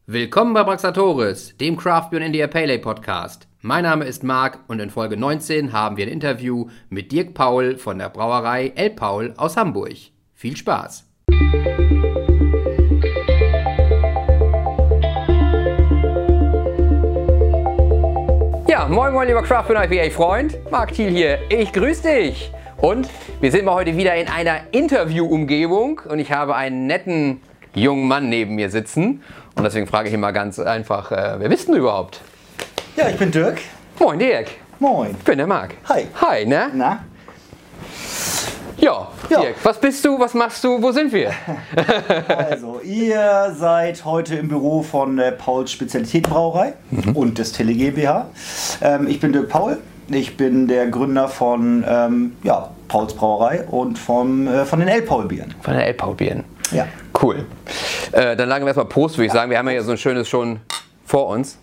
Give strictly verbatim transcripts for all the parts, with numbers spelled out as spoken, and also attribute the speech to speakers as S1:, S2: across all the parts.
S1: Willkommen bei Braxatoris, dem Craft Beer und India Pale Ale Podcast. Mein Name ist Marc und in Folge neunzehn haben wir ein Interview mit Dirk Paul von der Brauerei El Paul aus Hamburg. Viel Spaß! Ja, moin moin lieber Craft Beer und I P A-Freund, Marc Thiel hier, ich grüße dich! Und wir sind mal heute wieder in einer Interview-Umgebung und ich habe einen netten jungen Mann neben mir sitzen. Und deswegen frage ich ihn mal ganz einfach, äh, wer bist du überhaupt?
S2: Ja, ich bin Dirk.
S1: Moin Dirk.
S2: Moin.
S1: Ich bin der Marc.
S2: Hi.
S1: Hi, ne?
S2: Na?
S1: Ja,
S2: Ja.
S1: Dirk, was bist du, was machst du, wo sind wir?
S2: Also, ihr seid heute im Büro von äh, Pauls Spezialitätenbrauerei mhm. und Destille GmbH. Ähm, ich bin Dirk Paul. Ich bin der Gründer von ähm, ja, Pauls Brauerei und vom, äh, von den El Paul Bieren.
S1: Von den El Paul Bieren.
S2: Ja.
S1: Cool. Äh, dann lagen wir erstmal Prost, würde ich sagen. Wir haben ja hier so ein schönes schon vor uns.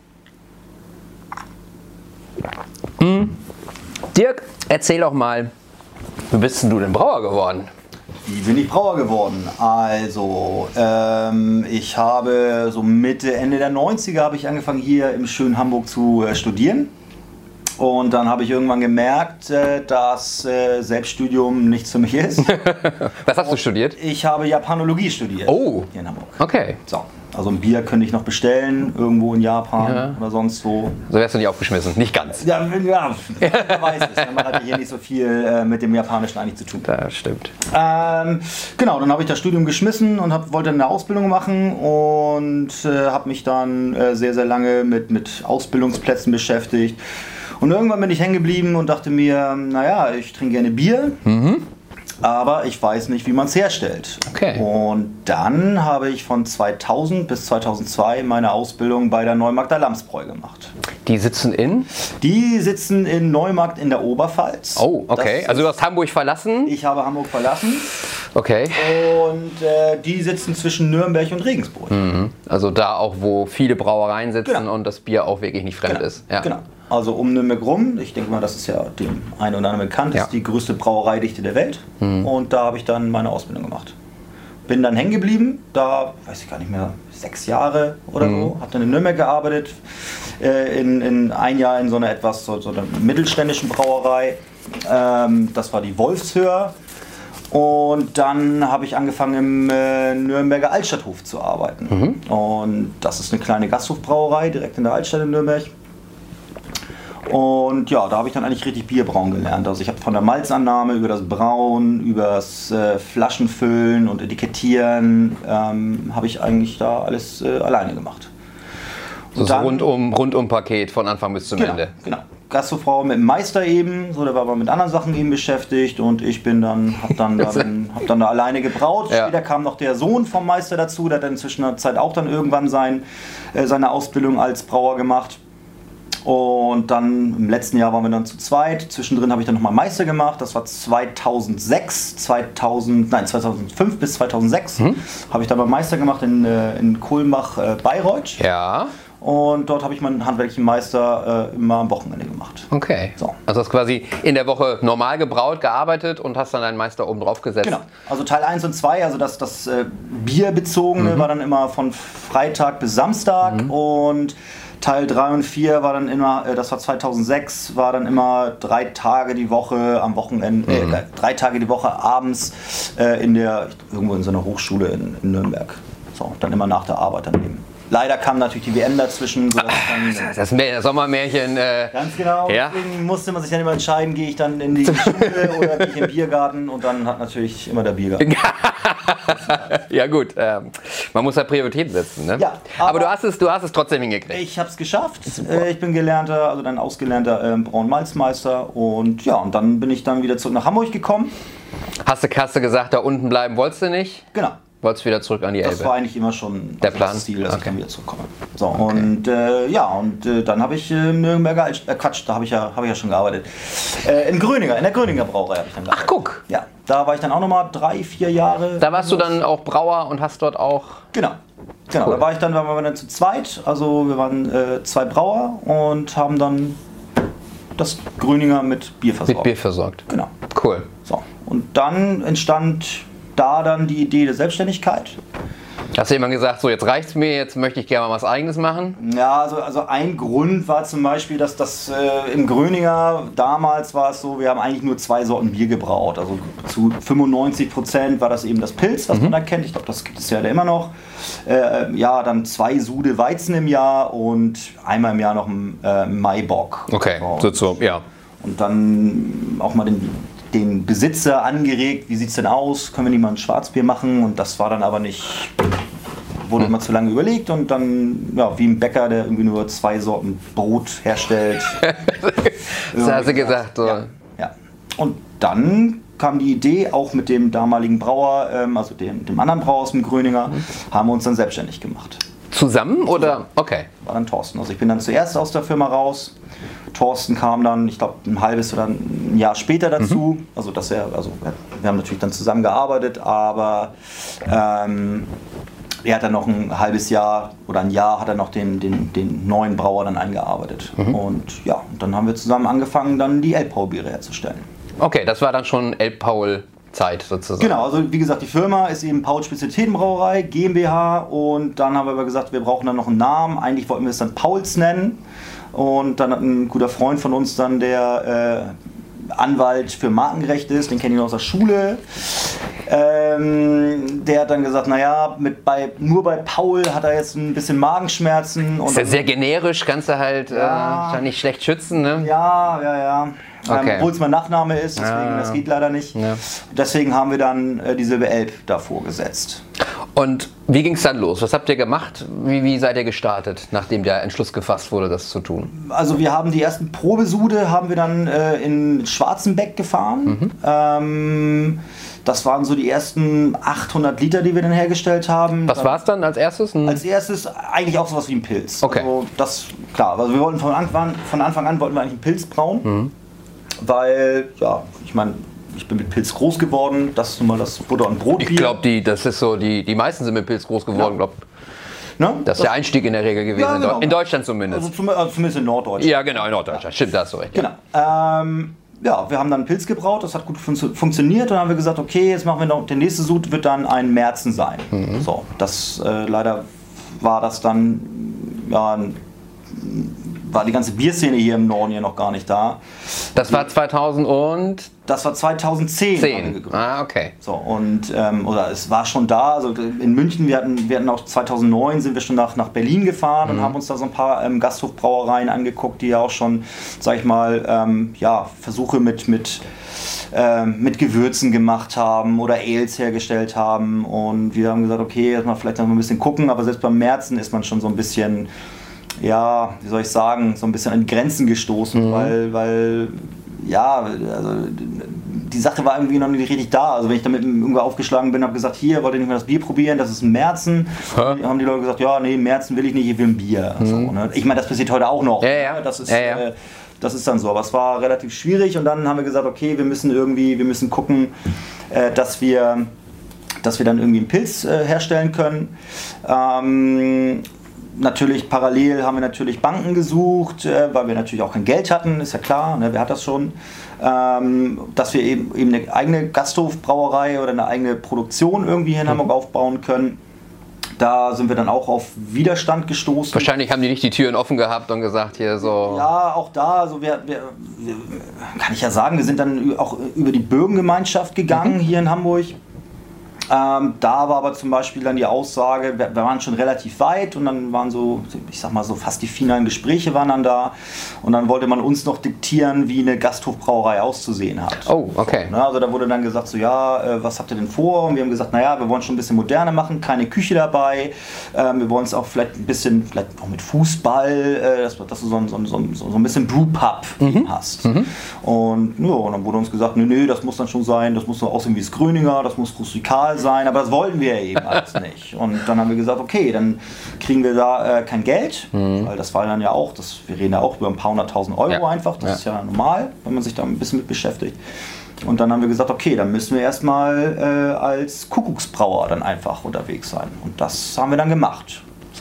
S1: Mhm. Dirk, erzähl doch mal, wie bist denn du denn Brauer geworden?
S2: Wie bin ich Brauer geworden? Also, ähm, ich habe so Mitte, Ende der neunziger habe ich angefangen hier im schönen Hamburg zu äh, studieren. Und dann habe ich irgendwann gemerkt, äh, dass äh, Selbststudium nichts für mich ist.
S1: Was hast du studiert?
S2: Ich habe Japanologie studiert.
S1: Oh.
S2: Hier in Hamburg.
S1: Okay.
S2: So, also ein Bier könnte ich noch bestellen, irgendwo in Japan
S1: Ja.
S2: oder sonst wo.
S1: So wärst du nicht aufgeschmissen. Nicht ganz.
S2: Ja, ja, wer weiß es. Man hat ja hier nicht so viel äh, mit dem Japanischen eigentlich zu tun.
S1: Das stimmt.
S2: Ähm, genau, dann habe ich das Studium geschmissen und hab, wollte eine Ausbildung machen und äh, habe mich dann äh, sehr, sehr lange mit, mit Ausbildungsplätzen beschäftigt. Und irgendwann bin ich hängen geblieben und dachte mir, naja, ich trinke gerne Bier, mhm. aber ich weiß nicht, wie man es herstellt.
S1: Okay.
S2: Und dann habe ich von zweitausend bis zweitausendzwei meine Ausbildung bei der Neumarkter Lamsbräu gemacht.
S1: Die sitzen in?
S2: Die sitzen in Neumarkt in der Oberpfalz.
S1: Oh, okay.
S2: Das
S1: Also du hast Hamburg verlassen?
S2: Ich habe Hamburg verlassen.
S1: Okay.
S2: Und äh, die sitzen zwischen Nürnberg und Regensburg.
S1: Mhm. Also da auch, wo viele Brauereien sitzen
S2: Genau.
S1: und das Bier auch wirklich nicht fremd
S2: Genau.
S1: ist. Ja.
S2: Genau. Also um Nürnberg rum, ich denke mal, das ist ja dem einen oder anderen bekannt,
S1: Ja.
S2: ist die größte Brauereidichte der Welt. Mhm. Und da habe ich dann meine Ausbildung gemacht. Bin dann hängen geblieben, da weiß ich gar nicht mehr, sechs Jahre oder mhm. so. Habe dann in Nürnberg gearbeitet, äh, in, in ein Jahr in so einer etwas so, so einer mittelständischen Brauerei. Ähm, das war die Wolfshöher. Und dann habe ich angefangen im äh, Nürnberger Altstadthof zu arbeiten. Mhm. Und das ist eine kleine Gasthofbrauerei direkt in der Altstadt in Nürnberg. Und ja, da habe ich dann eigentlich richtig Bierbrauen gelernt. Also ich habe von der Malzannahme über das Brauen, über das äh, Flaschenfüllen und Etikettieren, ähm, habe ich eigentlich da alles äh, alleine gemacht.
S1: So das rundum, rundum Paket von Anfang bis zum
S2: genau,
S1: Ende.
S2: Genau. Gasthofbrau mit dem Meister eben, so, der war aber mit anderen Sachen eben beschäftigt und ich bin dann, hab dann, dann, hab dann da alleine gebraut. Ja. Später kam noch der Sohn vom Meister dazu, der hat dann inzwischen der Zeit auch dann irgendwann sein, äh, seine Ausbildung als Brauer gemacht. Und dann im letzten Jahr waren wir dann zu zweit. Zwischendrin habe ich dann nochmal Meister gemacht. Das war zweitausendsechs, zweitausend, nein, zweitausendfünf bis zweitausendsechs. Hm. Habe ich dann mal Meister gemacht in, in Kulmbach, äh, Bayreuth.
S1: Ja.
S2: Und dort habe ich meinen handwerklichen Meister äh, immer am Wochenende gemacht.
S1: Okay. So. Also hast quasi in der Woche normal gebraut, gearbeitet und hast dann deinen Meister oben drauf gesetzt.
S2: Genau. Also Teil eins und zwei, also das, das äh, Bierbezogene mhm. war dann immer von Freitag bis Samstag mhm. und Teil drei und vier war dann immer, äh, das war zweitausendsechs, war dann immer drei Tage die Woche am Wochenende, mhm. äh, drei Tage die Woche abends äh, in der, irgendwo in so einer Hochschule in, in Nürnberg. So, dann immer nach der Arbeit dann eben. Leider kam natürlich die W M dazwischen. So dass dann,
S1: das, das Sommermärchen. Äh,
S2: ganz genau.
S1: Ja.
S2: Deswegen musste man sich dann immer entscheiden, gehe ich dann in die Schule oder gehe ich im Biergarten. Und dann hat natürlich immer der Biergarten.
S1: Ja gut, ähm, man muss halt Prioritäten setzen. Ne?
S2: Ja,
S1: aber,
S2: aber
S1: du, hast es, du hast es trotzdem hingekriegt.
S2: Ich habe es geschafft. Äh, ich bin gelernter, also dann ausgelernter äh, Braun- und Malzmeister. Und ja, und dann bin ich dann wieder zurück nach Hamburg gekommen.
S1: Hast du Kasse gesagt, da unten bleiben wolltest du nicht?
S2: Genau.
S1: Wolltest wieder zurück an die Elbe?
S2: Das war eigentlich immer schon
S1: der Plan?
S2: Das Ziel, dass
S1: okay.
S2: ich dann wieder zurückkomme. So,
S1: okay.
S2: und äh, ja, und äh, dann habe ich äh, Nürnberger, Alt äh, Quatsch, da habe ich, ja, hab ich ja schon gearbeitet. Äh, in Gröninger, in der Gröninger Brauerei habe ich dann gearbeitet.
S1: Ach, guck.
S2: Ja, da war ich dann auch nochmal drei, vier Jahre.
S1: Da warst du dann auch Brauer und hast dort auch...
S2: Genau. Genau, cool. Da war ich dann, waren wir dann zu zweit, also wir waren äh, zwei Brauer und haben dann das Gröninger mit Bier versorgt.
S1: Mit Bier versorgt.
S2: Genau.
S1: Cool.
S2: So, und dann entstand da dann die Idee der Selbstständigkeit.
S1: Hast du jemand gesagt, so jetzt reicht's mir, jetzt möchte ich gerne mal was Eigenes machen?
S2: Ja, also, also ein Grund war zum Beispiel, dass das äh, im Gröninger, damals war es so, wir haben eigentlich nur zwei Sorten Bier gebraut. Also zu fünfundneunzig Prozent war das eben das Pilz, was mhm. man da kennt. Ich glaube, das gibt es ja immer noch. Äh, ja, dann zwei Sude Weizen im Jahr und einmal im Jahr noch ein äh, Maibock.
S1: Okay, so, so, ja.
S2: Und dann auch mal den, den Besitzer angeregt, wie sieht es denn aus, können wir nicht mal ein Schwarzbier machen? Und das war dann aber nicht, wurde hm. immer zu lange überlegt und dann, ja, wie ein Bäcker, der irgendwie nur zwei Sorten Brot herstellt.
S1: Das hast du gesagt. So.
S2: Ja, ja. Und dann kam die Idee, auch mit dem damaligen Brauer, ähm, also dem, dem anderen Brauer aus dem Gröninger, mhm. haben wir uns dann selbstständig gemacht.
S1: Zusammen oder? Okay.
S2: War dann Thorsten. Also ich bin dann zuerst aus der Firma raus. Thorsten kam dann, ich glaube, ein halbes oder ein Jahr später dazu. Mhm. Also, dass er, also wir haben natürlich dann zusammen gearbeitet, aber ähm, er hat dann noch ein halbes Jahr oder ein Jahr hat er noch den, den, den neuen Brauer dann eingearbeitet. Mhm. Und ja, und dann haben wir zusammen angefangen, dann die Elbpaul-Biere herzustellen.
S1: Okay, das war dann schon Elbpaul Zeit sozusagen.
S2: Genau, also wie gesagt, die Firma ist eben Paul Spezialitätenbrauerei, GmbH, und dann haben wir aber gesagt, wir brauchen dann noch einen Namen. Eigentlich wollten wir es dann Pauls nennen und dann hat ein guter Freund von uns dann, der äh, Anwalt für Markenrecht ist, den kenne ich noch aus der Schule, ähm, der hat dann gesagt, naja, mit bei, nur bei Paul hat er jetzt ein bisschen Magenschmerzen. Und
S1: ist ja sehr generisch, kannst du halt ja, äh, nicht schlecht schützen, ne?
S2: Ja, ja, ja.
S1: Okay.
S2: Ähm, obwohl es mein Nachname ist, deswegen,
S1: ja,
S2: das geht leider nicht.
S1: Ja.
S2: Deswegen haben wir dann äh, die Silbe Elb davor gesetzt.
S1: Und wie ging es dann los? Was habt ihr gemacht? Wie, wie seid ihr gestartet, nachdem der Entschluss gefasst wurde, das zu tun?
S2: Also wir haben die ersten Probesude haben wir dann äh, in Schwarzenbeck gefahren. Mhm. Ähm, das waren so die ersten achthundert Liter, die wir dann hergestellt haben.
S1: Was war es dann als erstes? Ein
S2: als erstes eigentlich auch sowas wie ein Pilz.
S1: Okay.
S2: Also das, klar, also wir wollten von Anfang, von Anfang an wollten wir eigentlich einen Pilz brauen. Mhm. Weil, ja, ich meine, ich bin mit Pilz groß geworden, das ist nun mal das Butter- und Brotbier.
S1: Ich glaube, das ist so, die, die meisten sind mit Pilz groß geworden, ja. glaub. Ne? Das ist das der Einstieg in der Regel gewesen, ja, genau. in Deutschland zumindest.
S2: Also, zum, also zumindest in Norddeutschland.
S1: Ja, genau, in Norddeutschland, stimmt, da hast du recht.
S2: Genau. Ja. Ähm, ja, wir haben dann einen Pilz gebraut, das hat gut fun funktioniert und dann haben wir gesagt, okay, jetzt machen wir noch, der nächste Sud wird dann ein Märzen sein. Mhm. So, das, äh, leider war das dann, ja, ein, war die ganze Bierszene hier im Norden ja noch gar nicht da.
S1: Das war zweitausend und?
S2: Das war zweitaudzehn.
S1: zehn. Ah, okay.
S2: So, und, ähm, oder es war schon da, also in München, wir hatten, wir hatten auch zweitausendneun sind wir schon nach, nach Berlin gefahren mhm. und haben uns da so ein paar ähm, Gasthofbrauereien angeguckt, die ja auch schon, sag ich mal, ähm, ja, Versuche mit, mit, ähm, mit Gewürzen gemacht haben oder Ales hergestellt haben und wir haben gesagt, okay, jetzt mal vielleicht noch ein bisschen gucken, aber selbst beim Märzen ist man schon so ein bisschen, ja, wie soll ich sagen, so ein bisschen an die Grenzen gestoßen, mhm. weil, weil, ja, also die Sache war irgendwie noch nicht richtig da. Also wenn ich damit irgendwo aufgeschlagen bin, habe gesagt, hier, wollt ihr nicht mal das Bier probieren, das ist ein Märzen. Hä? Haben die Leute gesagt, ja, nee, Märzen will ich nicht, ich will ein Bier. Mhm. So, ne? Ich meine, das passiert heute auch noch.
S1: Ja, ja.
S2: Das ist,
S1: ja, ja.
S2: Äh, das ist dann so, aber es war relativ schwierig und dann haben wir gesagt, okay, wir müssen irgendwie, wir müssen gucken, äh, dass wir, dass wir dann irgendwie einen Pilz äh, herstellen können. Ähm, Natürlich parallel haben wir natürlich Banken gesucht, äh, weil wir natürlich auch kein Geld hatten, ist ja klar, ne, wer hat das schon, ähm, dass wir eben, eben eine eigene Gasthofbrauerei oder eine eigene Produktion irgendwie hier in Hamburg aufbauen können. Da sind wir dann auch auf Widerstand gestoßen.
S1: Wahrscheinlich haben die nicht die Türen offen gehabt und gesagt, hier so...
S2: Ja, auch da, also wir, wir, wir kann ich ja sagen, wir sind dann auch über die Bürgergemeinschaft gegangen mhm. hier in Hamburg. Ähm, da war aber zum Beispiel dann die Aussage, wir, wir waren schon relativ weit und dann waren so, ich sag mal so fast die finalen Gespräche waren dann da und dann wollte man uns noch diktieren, wie eine Gasthofbrauerei auszusehen hat.
S1: Oh, okay.
S2: So, ne, also da wurde dann gesagt, so ja, äh, was habt ihr denn vor? Und wir haben gesagt, naja, wir wollen schon ein bisschen moderner machen, keine Küche dabei, ähm, wir wollen es auch vielleicht ein bisschen, vielleicht auch mit Fußball, äh, dass, dass du so ein, so ein, so ein, so ein bisschen Brewpub mhm. hast. Mhm. Und, ja, und dann wurde uns gesagt, nee, nee, das muss dann schon sein, das muss so aussehen wie das Gröninger, das muss rustikal sein, aber das wollten wir ja eben alles nicht. Und dann haben wir gesagt, okay, dann kriegen wir da äh, kein Geld, mhm. weil das war dann ja auch, das, wir reden ja auch über ein paar hunderttausend Euro ja. einfach, das ja. ist ja normal, wenn man sich da ein bisschen mit beschäftigt. Und dann haben wir gesagt, okay, dann müssen wir erstmal äh, als Kuckucksbrauer dann einfach unterwegs sein. Und das haben wir dann gemacht. So.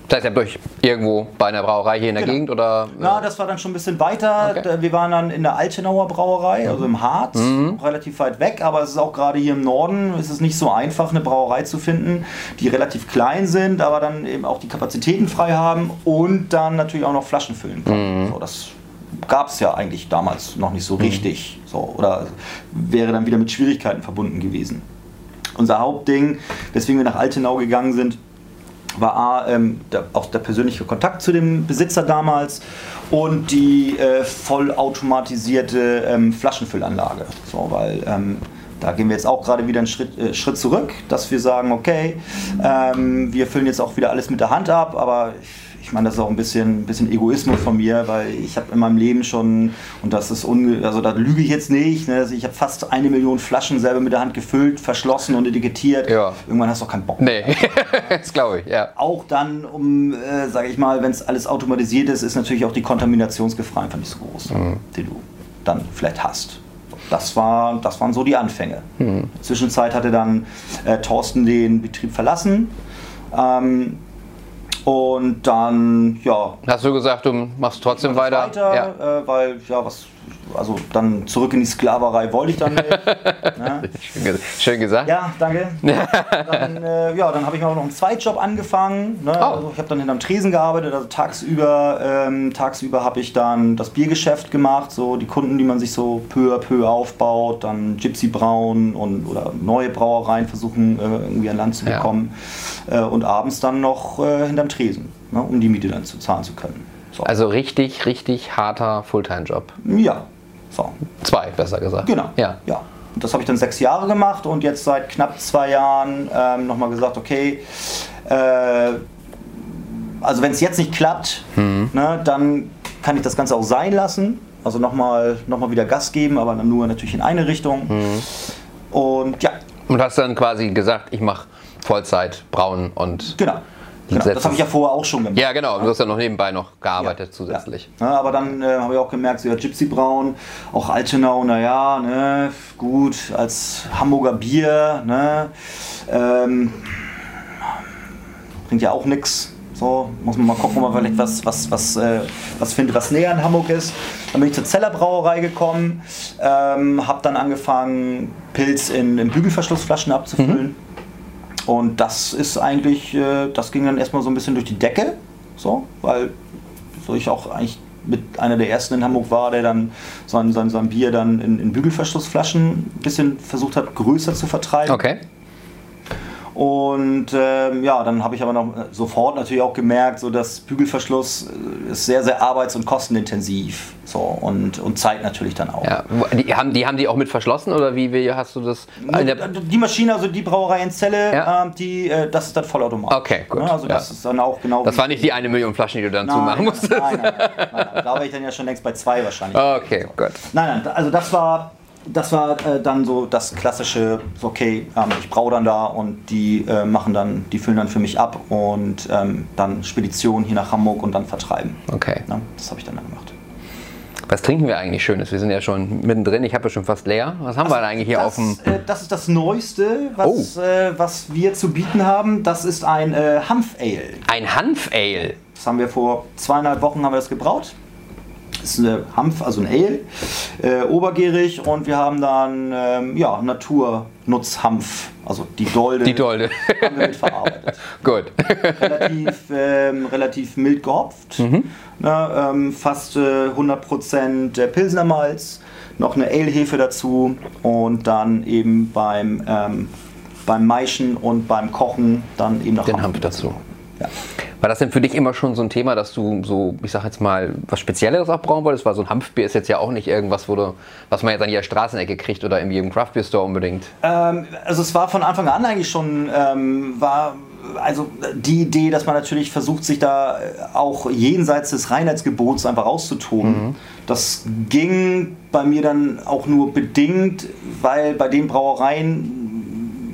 S1: Das heißt, ihr habt euch irgendwo bei einer Brauerei hier in der
S2: Genau.
S1: Gegend oder?
S2: Na, das war dann schon ein bisschen weiter.
S1: Okay.
S2: Wir waren dann in der Altenauer Brauerei, also im Harz,
S1: Mhm.
S2: relativ weit weg, aber es ist auch gerade hier im Norden, ist es nicht so einfach, eine Brauerei zu finden, die relativ klein sind, aber dann eben auch die Kapazitäten frei haben und dann natürlich auch noch Flaschen füllen können.
S1: Mhm.
S2: So, das gab es ja eigentlich damals noch nicht so richtig. So, oder wäre dann wieder mit Schwierigkeiten verbunden gewesen. Unser Hauptding, weswegen wir nach Altenau gegangen sind, war A, ähm, der, auch der persönliche Kontakt zu dem Besitzer damals und die äh, vollautomatisierte ähm, Flaschenfüllanlage. So, weil ähm, da gehen wir jetzt auch gerade wieder einen Schritt, äh, Schritt zurück, dass wir sagen, okay, ähm, wir füllen jetzt auch wieder alles mit der Hand ab, aber ich meine, das ist auch ein bisschen, ein bisschen Egoismus von mir, weil ich habe in meinem Leben schon, und das ist, unge also da lüge ich jetzt nicht, ne, also ich habe fast eine Million Flaschen selber mit der Hand gefüllt, verschlossen und etikettiert.
S1: Ja.
S2: Irgendwann hast du auch keinen Bock.
S1: Nee, das glaube ich, ja.
S2: Auch dann, um, äh, sage ich mal, wenn es alles automatisiert ist, ist natürlich auch die Kontaminationsgefahr einfach nicht so groß, mhm. die du dann vielleicht hast. Das, war, das waren so die Anfänge. Mhm. In der Zwischenzeit hatte dann äh, Thorsten den Betrieb verlassen. Ähm, Und dann, ja.
S1: Hast du gesagt, du machst trotzdem weiter?
S2: weiter
S1: Ja.
S2: Äh, weil, ja, was, also dann zurück in die Sklaverei wollte ich dann nicht. Ne?
S1: Schön, schön gesagt.
S2: Ja, danke. Dann, äh, ja, dann habe ich auch noch einen Zweitjob angefangen. Ne?
S1: Oh.
S2: Also ich habe dann hinterm Tresen gearbeitet, also tagsüber, ähm, tagsüber habe ich dann das Biergeschäft gemacht, so die Kunden, die man sich so peu à peu aufbaut, dann Gypsy brauen und oder neue Brauereien versuchen äh, irgendwie an Land zu bekommen. Ja. Äh, und abends dann noch äh, hinterm Tresen, ne? Um die Miete dann zu zahlen zu können. So.
S1: Also richtig, richtig harter Fulltime-Job.
S2: Ja. So.
S1: Zwei, besser gesagt.
S2: Genau.
S1: Ja.
S2: Ja. Und das habe ich dann sechs Jahre gemacht und jetzt seit knapp zwei Jahren ähm, nochmal gesagt, okay, äh, also wenn es jetzt nicht klappt, mhm. ne, dann kann ich das Ganze auch sein lassen. Also nochmal noch mal wieder Gas geben, aber dann nur natürlich in eine Richtung. Mhm. Und ja.
S1: Und hast dann quasi gesagt, ich mache Vollzeit brauen und...
S2: Genau. Genau, das habe ich ja vorher auch schon gemacht.
S1: Ja, genau. Du hast ja noch nebenbei noch gearbeitet ja, zusätzlich.
S2: Ja. Ja, aber dann äh, habe ich auch gemerkt, so ja, Gypsy brauen, auch Altenau, naja, ne, gut, als Hamburger Bier, ne, ähm, bringt ja auch nichts. So, muss man mal gucken, ob man vielleicht was, was, was, äh, was findet, was näher an Hamburg ist. Dann bin ich zur Zeller Brauerei gekommen, ähm, habe dann angefangen, Pilz in, in Bügelverschlussflaschen abzufüllen. Mhm. Und das ist eigentlich, das ging dann erstmal so ein bisschen durch die Decke, so, weil so ich auch eigentlich mit einer der ersten in Hamburg war, der dann sein, sein, sein Bier dann in, in Bügelverschlussflaschen ein bisschen versucht hat, größer zu vertreiben.
S1: Okay.
S2: Und ähm, ja, dann habe ich aber noch sofort natürlich auch gemerkt, so dass Bügelverschluss ist sehr, sehr arbeits- und kostenintensiv. So, und, und Zeit natürlich dann auch.
S1: Ja. Die, haben, die haben die auch mit verschlossen oder wie, wie hast du das?
S2: Die Maschine, also die Brauerei in Celle,
S1: ja.
S2: äh, die, äh, das ist dann vollautomatisch.
S1: Okay, gut.
S2: Ja, also das
S1: ja.
S2: ist dann auch genau.
S1: Das war nicht die eine Million Flaschen, die du dann
S2: nein,
S1: zumachen musstest.
S2: Nein, nein, nein, nein, nein. Da war ich dann ja schon längst bei zwei wahrscheinlich.
S1: Okay,
S2: so.
S1: gut.
S2: Nein, nein, also das war. Das war äh, dann so das klassische, okay, ähm, ich braue dann da und die äh, machen dann, die füllen dann für mich ab und ähm, dann Spedition hier nach Hamburg und dann vertreiben.
S1: Okay.
S2: Ja, das habe ich dann, dann gemacht.
S1: Was trinken wir eigentlich Schönes? Wir sind ja schon mittendrin, ich habe ja schon fast leer. Was haben also, wir denn eigentlich hier
S2: das,
S1: auf dem...
S2: Äh, das ist das Neueste, was, oh. äh, was wir zu bieten haben. Das ist ein äh, Hanf-Ale.
S1: Ein Hanf-Ale?
S2: Das haben wir vor zweieinhalb Wochen haben wir das gebraut. Das ist eine Hanf, also ein Ale, äh, obergärig und wir haben dann ähm, ja, Naturnutzhanf, also die Dolde,
S1: die Dolde.
S2: haben wir mit verarbeitet.
S1: Gut.
S2: Relativ, ähm, relativ mild gehopft, mhm. ne, ähm, fast äh, hundert Prozent Pilsner Malz, noch eine Ale-Hefe dazu und dann eben beim, ähm, beim Maischen und beim Kochen dann eben noch
S1: den Hanf, Hanf dazu.
S2: Ja.
S1: War das denn für dich immer schon so ein Thema, dass du so, ich sag jetzt mal, was Spezielleres auch brauen wolltest? Weil so ein Hanfbier ist jetzt ja auch nicht irgendwas, wo du, was man jetzt an jeder Straßenecke kriegt oder in jedem Craft-Beer-Store unbedingt.
S2: Ähm, also es war von Anfang an eigentlich schon, ähm, war also die Idee, dass man natürlich versucht, sich da auch jenseits des Reinheitsgebots einfach auszutoben. Mhm. Das ging bei mir dann auch nur bedingt, weil bei den Brauereien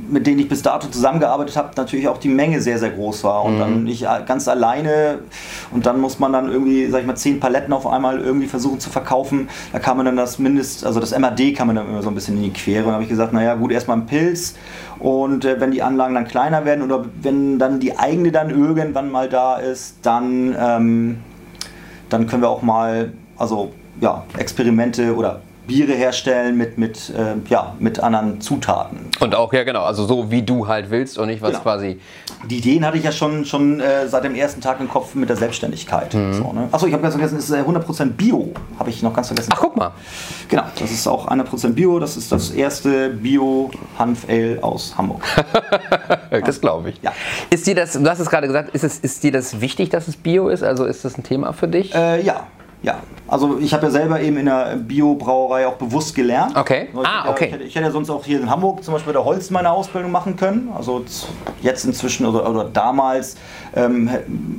S2: mit denen ich bis dato zusammengearbeitet habe, natürlich auch die Menge sehr, sehr groß war. Und mhm. dann ich ganz alleine und dann muss man dann irgendwie, sag ich mal, zehn Paletten auf einmal irgendwie versuchen zu verkaufen. Da kann man dann das Mindest, also das M A D kann man dann immer so ein bisschen in die Quere. Und da habe ich gesagt, naja gut, erstmal ein Pilz und äh, wenn die Anlagen dann kleiner werden oder wenn dann die eigene dann irgendwann mal da ist, dann, ähm, dann können wir auch mal, also ja, Experimente oder Biere herstellen mit, mit, äh, ja, mit anderen Zutaten.
S1: Und auch, ja genau, also so wie du halt willst und nicht was genau. quasi...
S2: Die Ideen hatte ich ja schon, schon äh, seit dem ersten Tag im Kopf mit der Selbstständigkeit. Mhm. So, ne? Achso, ich habe ganz vergessen, es ist hundert Prozent Bio, habe ich noch ganz vergessen.
S1: Ach, guck mal.
S2: Genau, das ist auch hundert Prozent Bio, das ist das erste Bio-Hanf-Ale aus Hamburg.
S1: Das glaube ich.
S2: Ja.
S1: Ist dir das, du hast es gerade gesagt, ist, es, ist dir das wichtig, dass es Bio ist? Also ist das ein Thema für dich?
S2: Äh, ja. Ja, also ich habe ja selber eben in der Bio-Brauerei auch bewusst gelernt.
S1: Okay.
S2: Also ich
S1: ah,
S2: hätte,
S1: okay.
S2: Ich hätte, ich hätte ja sonst auch hier in Hamburg zum Beispiel bei der Holz meine Ausbildung machen können. Also jetzt inzwischen oder, oder damals ähm,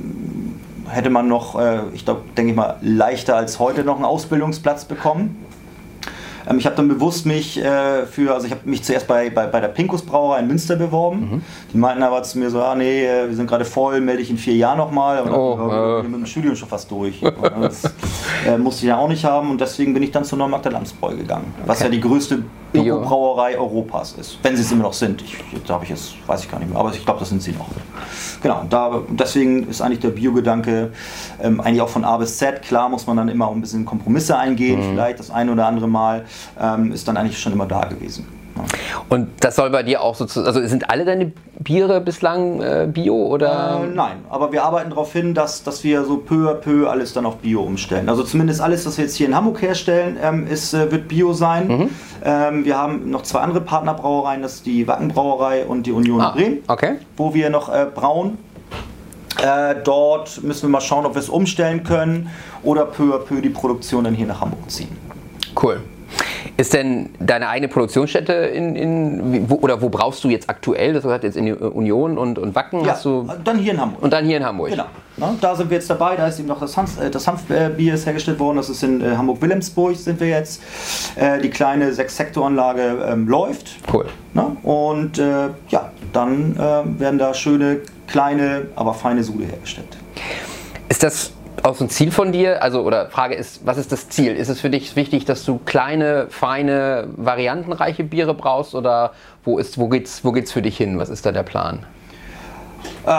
S2: hätte man noch, äh, ich glaube, denke ich mal, leichter als heute noch einen Ausbildungsplatz bekommen. Ähm, ich habe dann bewusst mich äh, für, also ich habe mich zuerst bei, bei, bei der Pinkus Brauerei in Münster beworben. Mhm. Die meinten aber zu mir so, ah nee, wir sind gerade voll, melde ich in vier Jahren nochmal. Und
S1: oh,
S2: dann, ja, äh. mit dem Studium schon fast durch. Das äh, musste ich ja auch nicht haben und deswegen bin ich dann zur Neumarkter Lamsbräu gegangen. Okay. Was ja die größte Öko-Brauerei Europas ist. Wenn sie es immer noch sind. Ich, da habe ich jetzt, weiß ich gar nicht mehr, aber ich glaube, das sind sie noch. Genau, da, deswegen ist eigentlich der Bio-Gedanke ähm, eigentlich auch von A bis Z. Klar muss man dann immer auch ein bisschen Kompromisse eingehen, mhm. vielleicht das ein oder andere Mal, ähm, ist dann eigentlich schon immer da gewesen. Ja.
S1: Und das soll bei dir auch sozusagen, also sind alle deine Biere bislang äh, Bio oder?
S2: Äh, nein, aber wir arbeiten darauf hin, dass, dass wir so peu à peu alles dann auf Bio umstellen. Also zumindest alles, was wir jetzt hier in Hamburg herstellen, ähm, ist, äh, wird Bio sein. Mhm. Ähm, wir haben noch zwei andere Partnerbrauereien, das ist die Wackenbrauerei und die Union
S1: ah,
S2: Bremen,
S1: okay.
S2: wo wir noch äh, brauen. Äh, dort müssen wir mal schauen, ob wir es umstellen können oder peu à peu die Produktion dann hier nach Hamburg ziehen.
S1: Cool. Ist denn deine eigene Produktionsstätte in, in wo, oder wo brauchst du jetzt aktuell? Das heißt jetzt in Union und, und Wacken?
S2: Ja,
S1: hast du
S2: dann hier in Hamburg.
S1: Und dann hier in Hamburg.
S2: Genau. Na, da sind wir jetzt dabei, da ist eben noch das, Hanf, äh, das Hanfbier ist hergestellt worden, das ist in äh, Hamburg-Wilhelmsburg sind wir jetzt. Äh, die kleine sechs Hektar Anlage ähm, läuft.
S1: Cool.
S2: Na, und äh, ja, dann äh, werden da schöne, kleine, aber feine Sude hergestellt.
S1: Ist das auch so ein Ziel von dir? Also, oder Frage ist, was ist das Ziel? Ist es für dich wichtig, dass du kleine, feine, variantenreiche Biere brauchst oder wo, ist, wo geht's, wo geht's für dich hin? Was ist da der Plan?
S2: Äh,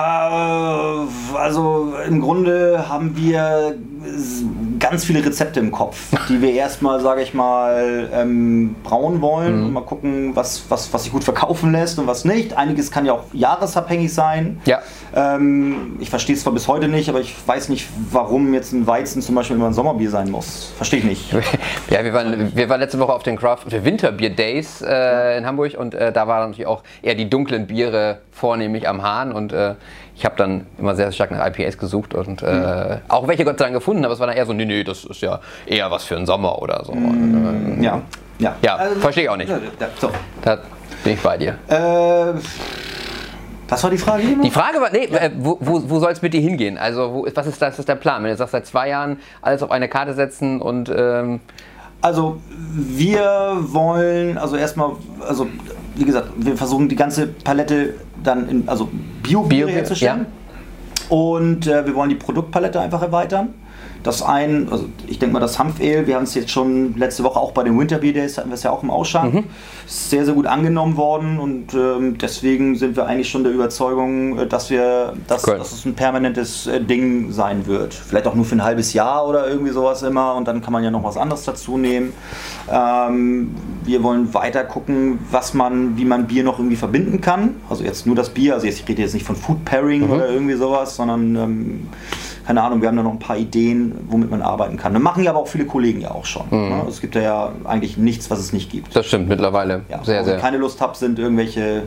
S2: also im Grunde haben wir ganz viele Rezepte im Kopf, die wir erstmal, sage ich mal, ähm, brauen wollen mhm. und mal gucken, was, was, was sich gut verkaufen lässt und was nicht. Einiges kann ja auch jahresabhängig sein.
S1: Ja.
S2: Ähm, ich verstehe es zwar bis heute nicht, aber ich weiß nicht, warum jetzt ein Weizen zum Beispiel immer ein Sommerbier sein muss. Verstehe ich nicht.
S1: Ja, wir waren, wir waren letzte Woche auf den Craft Winterbier Days äh, in Hamburg und äh, da waren natürlich auch eher die dunklen Biere vornehmlich am Hahn und äh, ich habe dann immer sehr stark nach I P As gesucht und äh, mhm. auch welche Gott sei Dank gefunden, aber es war dann eher so, nee, nee, das ist ja eher was für den Sommer oder so.
S2: Mhm. Und, äh,
S1: ja, ja, ja also, verstehe ich auch nicht.
S2: Ja, so.
S1: Da bin ich bei dir.
S2: Äh, was war die Frage?
S1: Die Frage war, nee, ja. wo, wo, wo soll es mit dir hingehen? Also wo, was ist das, das ist der Plan? Wenn du sagst, seit zwei Jahren alles auf eine Karte setzen und... Ähm
S2: also wir wollen, also erstmal, also wie gesagt, wir versuchen die ganze Palette dann in, also Bio-Biere Bio, herzustellen. Ja. Und äh, wir wollen die Produktpalette einfach erweitern. Das ein, also ich denke mal das Hanf-Ale, wir haben es jetzt schon letzte Woche auch bei den Winterbier Days, hatten wir es ja auch im Ausschank. Mhm. Ist sehr, sehr gut angenommen worden und ähm, deswegen sind wir eigentlich schon der Überzeugung, dass wir, dass, cool. dass es ein permanentes äh, Ding sein wird. Vielleicht auch nur für ein halbes Jahr oder irgendwie sowas immer und dann kann man ja noch was anderes dazu nehmen. Ähm, wir wollen weiter gucken, was man, wie man Bier noch irgendwie verbinden kann. Also jetzt nur das Bier, also jetzt, ich rede jetzt nicht von Food Pairing mhm. oder irgendwie sowas, sondern ähm, keine Ahnung, wir haben da noch ein paar Ideen, womit man arbeiten kann. Das machen ja aber auch viele Kollegen ja auch schon. Mhm. Ne? Es gibt ja eigentlich nichts, was es nicht gibt.
S1: Das stimmt, mittlerweile.
S2: Ja,
S1: sehr, sehr.
S2: Wenn ich keine Lust habe, sind irgendwelche,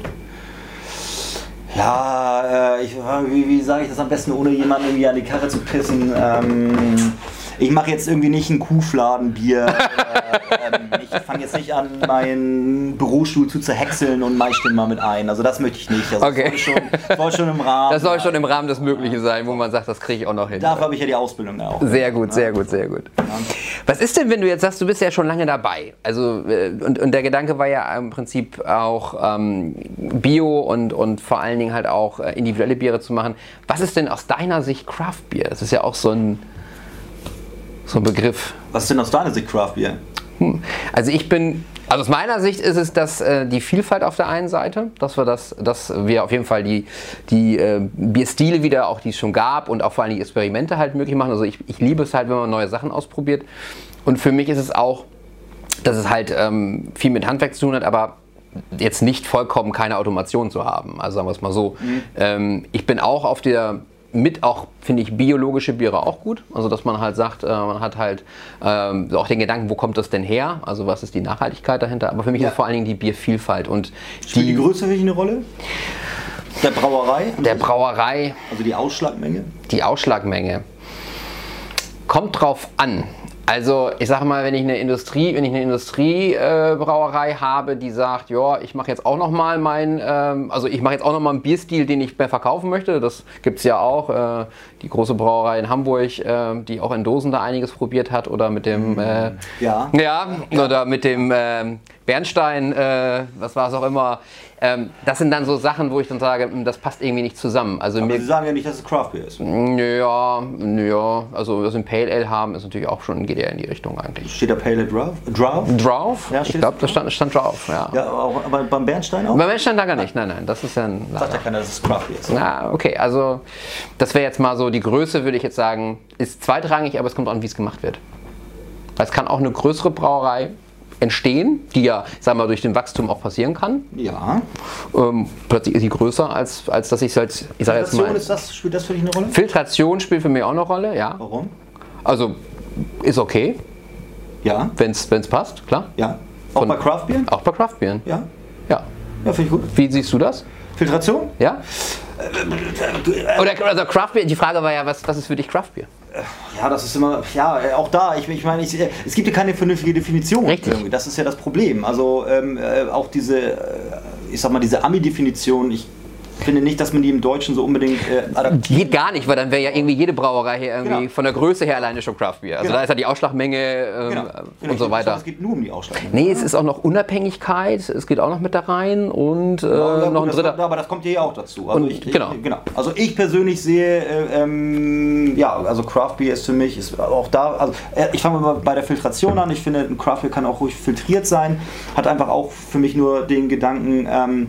S2: ja, äh, ich, wie, wie sage ich das am besten, ohne jemanden irgendwie an die Karre zu pissen. Ähm, ich mache jetzt irgendwie nicht ein Kuhfladenbier. äh, ähm, ich fange jetzt nicht an, meinen Bürostuhl zu zerhäckseln und maisch den mal mit ein. Also das möchte ich nicht. Also
S1: okay.
S2: das, soll schon, soll schon im Rahmen
S1: das soll schon im Rahmen des Möglichen sein, wo man sagt, das kriege ich auch noch hin.
S2: Dafür habe ich ja die Ausbildung da auch.
S1: Sehr gut, sehr gut, sehr gut. Ja. Was ist denn, wenn du jetzt sagst, du bist ja schon lange dabei? Also, und, und der Gedanke war ja im Prinzip auch ähm, Bio und, und vor allen Dingen halt auch äh, individuelle Biere zu machen. Was ist denn aus deiner Sicht Craft Beer? Das ist ja auch so ein, so ein Begriff.
S2: Was ist denn aus deiner Sicht Craft Beer?
S1: Hm. Also ich bin, also aus meiner Sicht ist es dass äh, die Vielfalt auf der einen Seite, dass wir das, dass wir auf jeden Fall die, die äh, Bierstile wieder, auch die es schon gab und auch vor allem die Experimente halt möglich machen. Also ich, ich liebe es halt, wenn man neue Sachen ausprobiert. Und für mich ist es auch, dass es halt ähm, viel mit Handwerk zu tun hat, aber jetzt nicht vollkommen keine Automation zu haben. Also sagen wir es mal so. Mhm. Ähm, ich bin auch auf der mit auch, finde ich, biologische Biere auch gut. Also, dass man halt sagt, äh, man hat halt ähm, auch den Gedanken, wo kommt das denn her? Also, was ist die Nachhaltigkeit dahinter? Aber für mich ja. ist vor allen Dingen die Biervielfalt. Und
S2: Spielt die, die Größe wirklich eine Rolle? Der Brauerei?
S1: Der Brauerei.
S2: Also die Ausschlagmenge?
S1: Die Ausschlagmenge. Kommt drauf an. Also ich sage mal, wenn ich eine Industrie, wenn ich eine Industriebrauerei äh, habe, die sagt, ja, ich mache jetzt auch noch mal mein, ähm, also ich mache jetzt auch noch mal einen Bierstil, den ich mehr verkaufen möchte. Das gibt es ja auch. Äh, die große Brauerei in Hamburg, äh, die auch in Dosen da einiges probiert hat, oder mit dem, äh,
S2: ja.
S1: ja, oder mit dem äh, Bernstein, äh, was war es auch immer. Ähm, das sind dann so Sachen, wo ich dann sage, das passt irgendwie nicht zusammen. Also
S2: aber
S1: mir,
S2: Sie sagen ja nicht, dass es Craft Beer ist.
S1: Ja, ja, also was wir ein Pale Ale haben, ist natürlich auch schon, geht ja in die Richtung eigentlich.
S2: Steht da Pale Ale Drauf? Drauf?
S1: Drauf?
S2: Ja,
S1: ich glaube, das stand, stand drauf, ja.
S2: Ja, aber, aber beim Bernstein auch?
S1: Beim Bernstein da gar nicht, nein, nein, das ist ja ein...
S2: Sagt ja keiner, dass es Craft Beer ist.
S1: Na, okay, also das wäre jetzt mal so, die Größe würde ich jetzt sagen, ist zweitrangig, aber es kommt an, wie es gemacht wird. Weil es kann auch eine größere Brauerei entstehen, die ja, sagen wir mal, durch den Wachstum auch passieren kann.
S2: Ja.
S1: Ähm, plötzlich ist sie größer, als, als dass ich halt, ich sage jetzt mal...
S2: Ist das, spielt das für dich eine Rolle?
S1: Filtration spielt für mich auch eine Rolle, ja.
S2: Warum?
S1: Also, ist okay.
S2: Ja.
S1: Wenn es passt, klar.
S2: Ja. Auch Von, bei Craftbieren?
S1: Auch bei Craftbieren.
S2: Ja.
S1: Ja.
S2: Ja, finde ich gut.
S1: Wie siehst du das?
S2: Filtration?
S1: Ja. Oder also Craftbier, die Frage war ja, was, was ist für dich Craftbier?
S2: Ja, das ist immer, ja, auch da, ich, ich meine, ich, es gibt ja keine vernünftige Definition.
S1: Richtig.
S2: Irgendwie. Das ist ja das Problem. Also ähm, auch diese, ich sag mal, diese Ami-Definition, ich finde nicht, dass man die im Deutschen so unbedingt äh, adaptiert.
S1: Geht gar nicht, weil dann wäre ja irgendwie jede Brauerei hier irgendwie genau. von der Größe her alleine schon Craft Beer. Also genau. da ist ja die Ausschlagmenge ähm,
S2: genau.
S1: und so weiter.
S2: Es geht nur um die Ausschlagmenge.
S1: Nee, es ist auch noch Unabhängigkeit, es geht auch noch mit da rein und äh, ja, noch ein dritter.
S2: Kommt, aber das kommt ja auch dazu. Also,
S1: und,
S2: ich, ich,
S1: genau.
S2: genau. Also ich persönlich sehe, äh, ähm, ja, also Craft Beer ist für mich, ist auch da, also äh, ich fange mal bei der Filtration an. Ich finde, ein Craft Beer kann auch ruhig filtriert sein. Hat einfach auch für mich nur den Gedanken, ähm,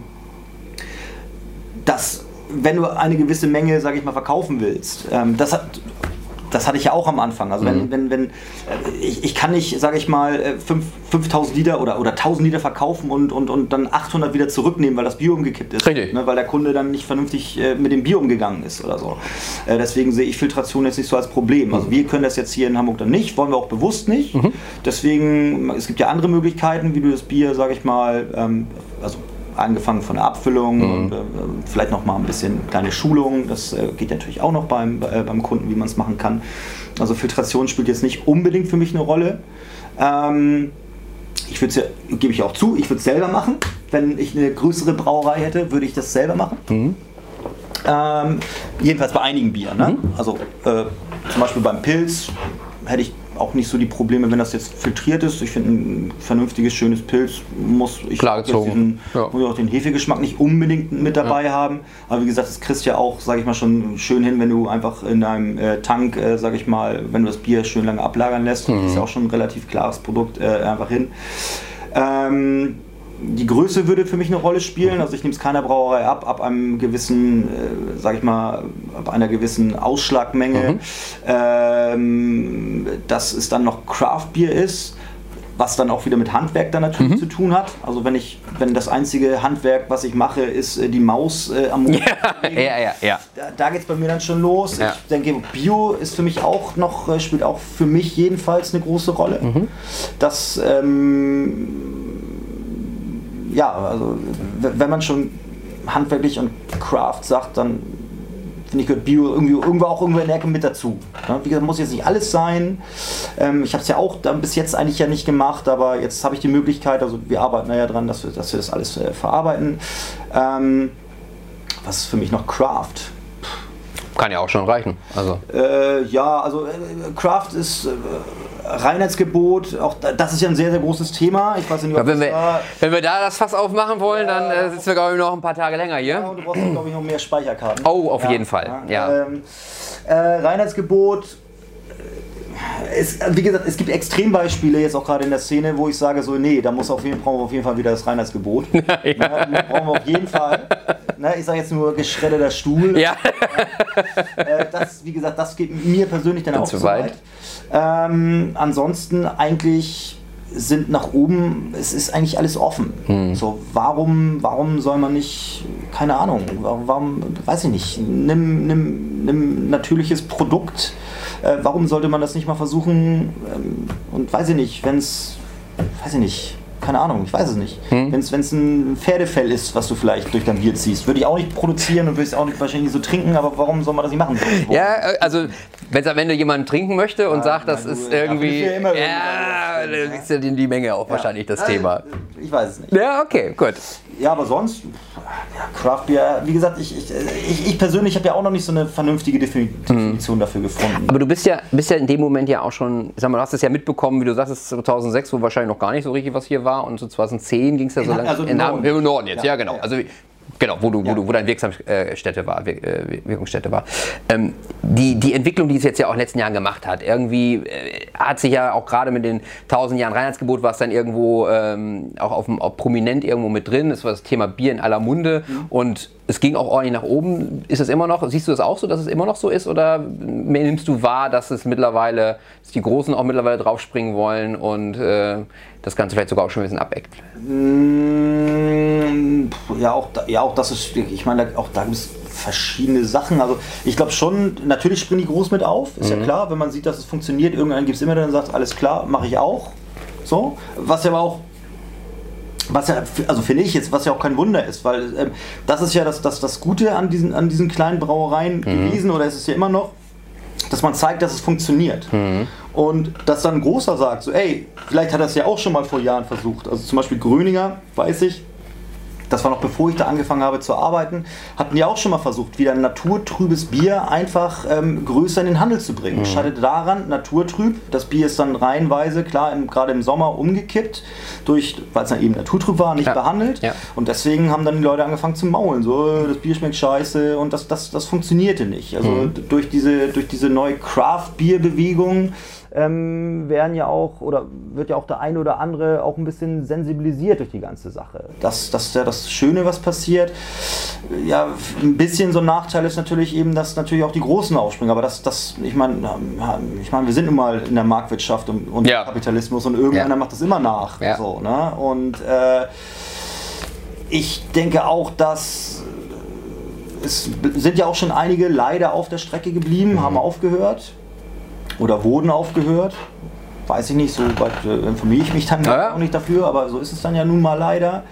S2: dass wenn du eine gewisse Menge, sage ich mal, verkaufen willst, ähm, das hat, das hatte ich ja auch am Anfang. Also wenn, mhm. wenn, wenn äh, ich, ich kann nicht, sage ich mal, fünftausend Liter oder, oder tausend Liter verkaufen und, und, und dann achthundert wieder zurücknehmen, weil das Bier umgekippt ist.
S1: Richtig.
S2: Ne, weil der Kunde dann nicht vernünftig äh, mit dem Bier umgegangen ist oder so. Äh, deswegen sehe ich Filtration jetzt nicht so als Problem. Also wir können das jetzt hier in Hamburg dann nicht, wollen wir auch bewusst nicht. Mhm. Deswegen, es gibt ja andere Möglichkeiten, wie du das Bier, sage ich mal, ähm, also angefangen von der Abfüllung mhm. und äh, vielleicht noch mal ein bisschen kleine Schulung. Das äh, geht natürlich auch noch beim, äh, beim Kunden, wie man es machen kann. Also Filtration spielt jetzt nicht unbedingt für mich eine Rolle. Ähm, ich würde es ja, gebe ich auch zu, ich würde es selber machen. Wenn ich eine größere Brauerei hätte, würde ich das selber machen. Mhm. Ähm, jedenfalls bei einigen Bieren. Ne? Mhm. Also äh, zum Beispiel beim Pilz hätte ich auch nicht so die Probleme, wenn das jetzt filtriert ist. Ich finde, ein vernünftiges, schönes Pilz muss ich diesen, ja. muss auch den Hefegeschmack nicht unbedingt mit dabei ja. haben. Aber wie gesagt, das kriegst du ja auch, sage ich mal, schon schön hin, wenn du einfach in deinem äh, Tank, äh, sage ich mal, wenn du das Bier schön lange ablagern lässt. Mhm. Das ist ja auch schon ein relativ klares Produkt äh, einfach hin. Ähm, Die Größe würde für mich eine Rolle spielen, also ich nehme es keiner Brauerei ab, ab einem gewissen, äh, sag ich mal, ab einer gewissen Ausschlagmenge, mhm. ähm, dass es dann noch Craft Beer ist, was dann auch wieder mit Handwerk dann natürlich mhm. zu tun hat. Also wenn ich, wenn das einzige Handwerk, was ich mache, ist äh, die Maus äh, am Motor.
S1: Ja, ja, ja, ja.
S2: Da, da geht es bei mir dann schon los. Ja. Ich denke, Bio ist für mich auch noch, äh, spielt auch für mich jedenfalls eine große Rolle. Mhm. Das ähm, ja, also wenn man schon handwerklich und Craft sagt, dann finde ich, gehört Bio irgendwie, irgendwo auch irgendwo in der Ecke mit dazu. Ja, wie gesagt, muss jetzt nicht alles sein. Ähm, ich habe es ja auch dann bis jetzt eigentlich ja nicht gemacht, aber jetzt habe ich die Möglichkeit, also wir arbeiten ja dran, dass wir, dass wir das alles äh, verarbeiten. Ähm, was ist für mich noch Craft?
S1: Kann ja auch schon reichen. Also.
S2: Äh, ja, also äh, Craft ist äh, Reinheitsgebot, auch das ist ja ein sehr, sehr großes Thema. Ich weiß nicht, ob
S1: ja, wenn, wir,
S2: da,
S1: wenn wir da das Fass aufmachen wollen,
S2: ja,
S1: dann äh, sitzen wir, glaube ich, noch ein paar Tage länger hier.
S2: Ja, und du brauchst, glaube ich, noch mehr Speicherkarten.
S1: Oh, auf
S2: ja,
S1: jeden Fall. Ja.
S2: Ja. Ähm, äh, Reinheitsgebot, es, wie gesagt, es gibt Extrembeispiele jetzt auch gerade in der Szene, wo ich sage so, nee, da muss auf jeden, brauchen wir auf jeden Fall wieder das Reinheitsgebot. Ja. Ne, brauchen wir auf jeden Fall. Ne, ich sage jetzt nur geschredderter Stuhl.
S1: Ja.
S2: Äh, das, wie gesagt, das geht mir persönlich dann auch
S1: zu
S2: zu
S1: weit.
S2: weit. Ähm, ansonsten eigentlich sind nach oben, es ist eigentlich alles offen. Hm. So, warum, warum soll man nicht, keine Ahnung, warum, warum weiß ich nicht, nimm, nimm, nimm natürliches Produkt, äh, warum sollte man das nicht mal versuchen, ähm, und weiß ich nicht, wenn es, weiß ich nicht, keine Ahnung, ich weiß es nicht. Hm. Wenn es ein Pferdefell ist, was du vielleicht durch dein Bier ziehst, würde ich auch nicht produzieren und würde es auch nicht wahrscheinlich so trinken, aber warum soll man das nicht machen?
S1: Ja, also wenn es am Ende jemand trinken möchte und ja, sagt, das
S2: nein,
S1: ist
S2: du,
S1: irgendwie,
S2: ja, immer
S1: ja, dann ist ja die, die Menge auch ja. wahrscheinlich das
S2: also,
S1: Thema.
S2: Ich weiß es nicht.
S1: Ja, okay, gut.
S2: Ja, aber sonst, ja, Craft Beer, wie gesagt, ich, ich, ich, ich persönlich habe ja auch noch nicht so eine vernünftige Definition mhm. dafür gefunden.
S1: Aber du bist ja, bist ja in dem Moment ja auch schon, ich sag mal, du hast es ja mitbekommen, wie du sagst, es ist zweitausendsechs, wo wahrscheinlich noch gar nicht so richtig was hier war, und so zweitausendzehn ging es ja so lange. Also im Norden. Im Norden jetzt, ja, ja genau. Ja. Also, Genau, wo, du, wo, ja. du, wo deine Wirksamstätte war, Wirkungsstätte war. Ähm, die, die Entwicklung, die es jetzt ja auch in den letzten Jahren gemacht hat, irgendwie äh, hat sich ja auch gerade mit den tausend Jahren Reinheitsgebot, war es dann irgendwo ähm, auch, auf dem, auch prominent irgendwo mit drin. Das war das Thema Bier in aller Munde mhm. und es ging auch ordentlich nach oben. Ist es immer noch, siehst du das auch so, dass es immer noch so ist, oder nimmst du wahr, dass es mittlerweile, dass die Großen auch mittlerweile draufspringen wollen und äh, das Ganze vielleicht sogar auch schon ein bisschen abeckt?
S2: Ja, auch, ja, auch das ist, ich meine, auch da gibt es verschiedene Sachen. Also ich glaube schon, natürlich springen die groß mit auf, ist mhm. ja klar, wenn man sieht, dass es funktioniert, irgendwann gibt es immer, der dann sagt, alles klar, mache ich auch. So, was ja aber auch, was ja, also finde ich jetzt, was ja auch kein Wunder ist, weil ähm, das ist ja das, das, das Gute an diesen, an diesen kleinen Brauereien mhm. gewesen, oder ist es ja immer noch, dass man zeigt, dass es funktioniert. Mhm. Und dass dann ein Großer sagt, so ey, vielleicht hat er es ja auch schon mal vor Jahren versucht. Also zum Beispiel Gröninger, weiß ich, das war noch bevor ich da angefangen habe zu arbeiten, hatten die auch schon mal versucht, wieder ein naturtrübes Bier einfach ähm, größer in den Handel zu bringen. Mhm. Scheiterte daran, naturtrüb, das Bier ist dann reihenweise, klar, im, gerade im Sommer umgekippt, durch, weil es dann eben naturtrüb war, nicht ja. behandelt. Ja. Und deswegen haben dann die Leute angefangen zu maulen, so, das Bier schmeckt scheiße, und das, das, das funktionierte nicht. Also mhm. durch diese, durch diese neue Craft-Bier-Bewegung Ähm, werden ja auch, oder wird ja auch der eine oder andere auch ein bisschen sensibilisiert durch die ganze Sache. Das, das ist ja das Schöne, was passiert. Ja, ein bisschen so ein Nachteil ist natürlich eben, dass natürlich auch die Großen aufspringen. Aber das, das ich meine, ich mein, wir sind nun mal in der Marktwirtschaft und, und ja. Kapitalismus, und irgendeiner ja. macht das immer nach. Ja. So, ne? Und äh, ich denke auch, dass es sind ja auch schon einige leider auf der Strecke geblieben, mhm. haben aufgehört. Oder wurden aufgehört, weiß ich nicht, so weit äh, informiere ich mich dann ja, ja. auch nicht dafür, aber so ist es dann ja nun mal leider.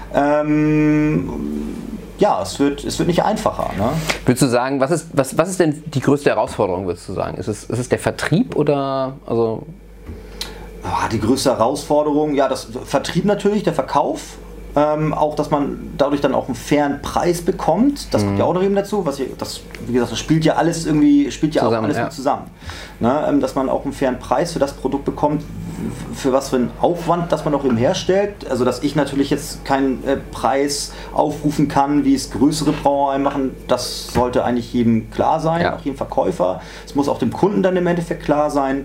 S2: Ähm, ja, es wird, es wird nicht einfacher. Ne?
S1: Würdest du sagen, was ist, was, was ist denn die größte Herausforderung, würdest du sagen? Ist es, ist es der Vertrieb oder? Also
S2: ah, die größte Herausforderung, ja, das Vertrieb natürlich, der Verkauf. Ähm, auch, dass man dadurch dann auch einen fairen Preis bekommt, das mhm. kommt ja auch noch eben dazu, was hier, das, wie gesagt, das spielt ja alles irgendwie, spielt ja zusammen, auch alles ja. mit zusammen. Ne? Ähm, dass man auch einen fairen Preis für das Produkt bekommt, für was für einen Aufwand, das man auch eben herstellt. Also, dass ich natürlich jetzt keinen äh, Preis aufrufen kann, wie es größere Brauereien machen, das sollte eigentlich jedem klar sein, ja. auch jedem Verkäufer. Es muss auch dem Kunden dann im Endeffekt klar sein.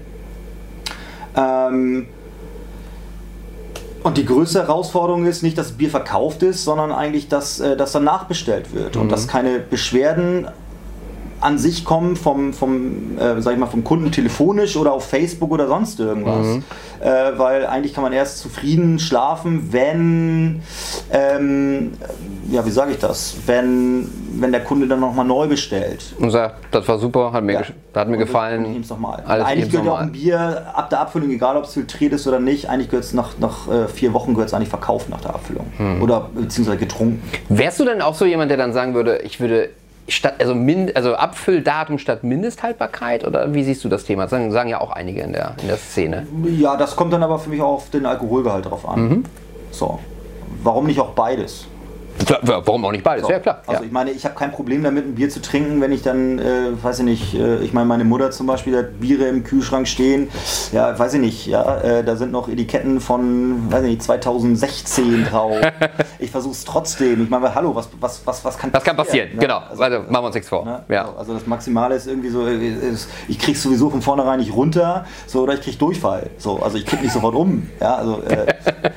S2: Ähm, Und die größte Herausforderung ist nicht, dass das Bier verkauft ist, sondern eigentlich, dass das dann nachbestellt wird mhm. und dass keine Beschwerden an sich kommen vom, vom, äh, sag ich mal, vom Kunden telefonisch oder auf Facebook oder sonst irgendwas. Mhm. Äh, weil eigentlich kann man erst zufrieden schlafen, wenn, ähm, ja, wie sage ich das, wenn, wenn der Kunde dann nochmal neu bestellt. Und
S1: sagt, das war super, hat mir, ja. das hat mir und gefallen.
S2: Ich nehme es nochmal. Eigentlich gehört ja auch ein Bier ab der Abfüllung, egal ob es filtriert ist oder nicht, eigentlich gehört es nach, nach äh, vier Wochen gehört es eigentlich verkauft nach der Abfüllung. Mhm. Oder beziehungsweise getrunken.
S1: Wärst du denn auch so jemand, der dann sagen würde, ich würde statt, also, Min, also Abfülldatum statt Mindesthaltbarkeit oder wie siehst du das Thema? Das sagen, sagen ja auch einige in der, in der Szene.
S2: Ja, das kommt dann aber für mich auch auf den Alkoholgehalt drauf an. Mhm. So, warum nicht auch beides?
S1: Warum auch nicht beides?
S2: So.
S1: Ja, klar.
S2: Also
S1: ja.
S2: ich meine, ich habe kein Problem damit, ein Bier zu trinken, wenn ich dann, äh, weiß ich nicht, äh, ich meine, meine Mutter zum Beispiel hat Biere im Kühlschrank stehen, ja, weiß ich nicht, ja, äh, da sind noch Etiketten von, weiß ich nicht, zweitausendsechzehn drauf. Ich versuche es trotzdem. Ich meine, hallo, was, was, was, was kann passieren?
S1: Was kann passieren,
S2: ne?
S1: genau.
S2: Also,
S1: also, machen wir uns nichts vor.
S2: Ne?
S1: Ja.
S2: Also das Maximale ist irgendwie so, ist, ich krieg's sowieso von vornherein nicht runter, so, oder ich krieg Durchfall. So, also ich kipp nicht sofort um. Ja, also, äh,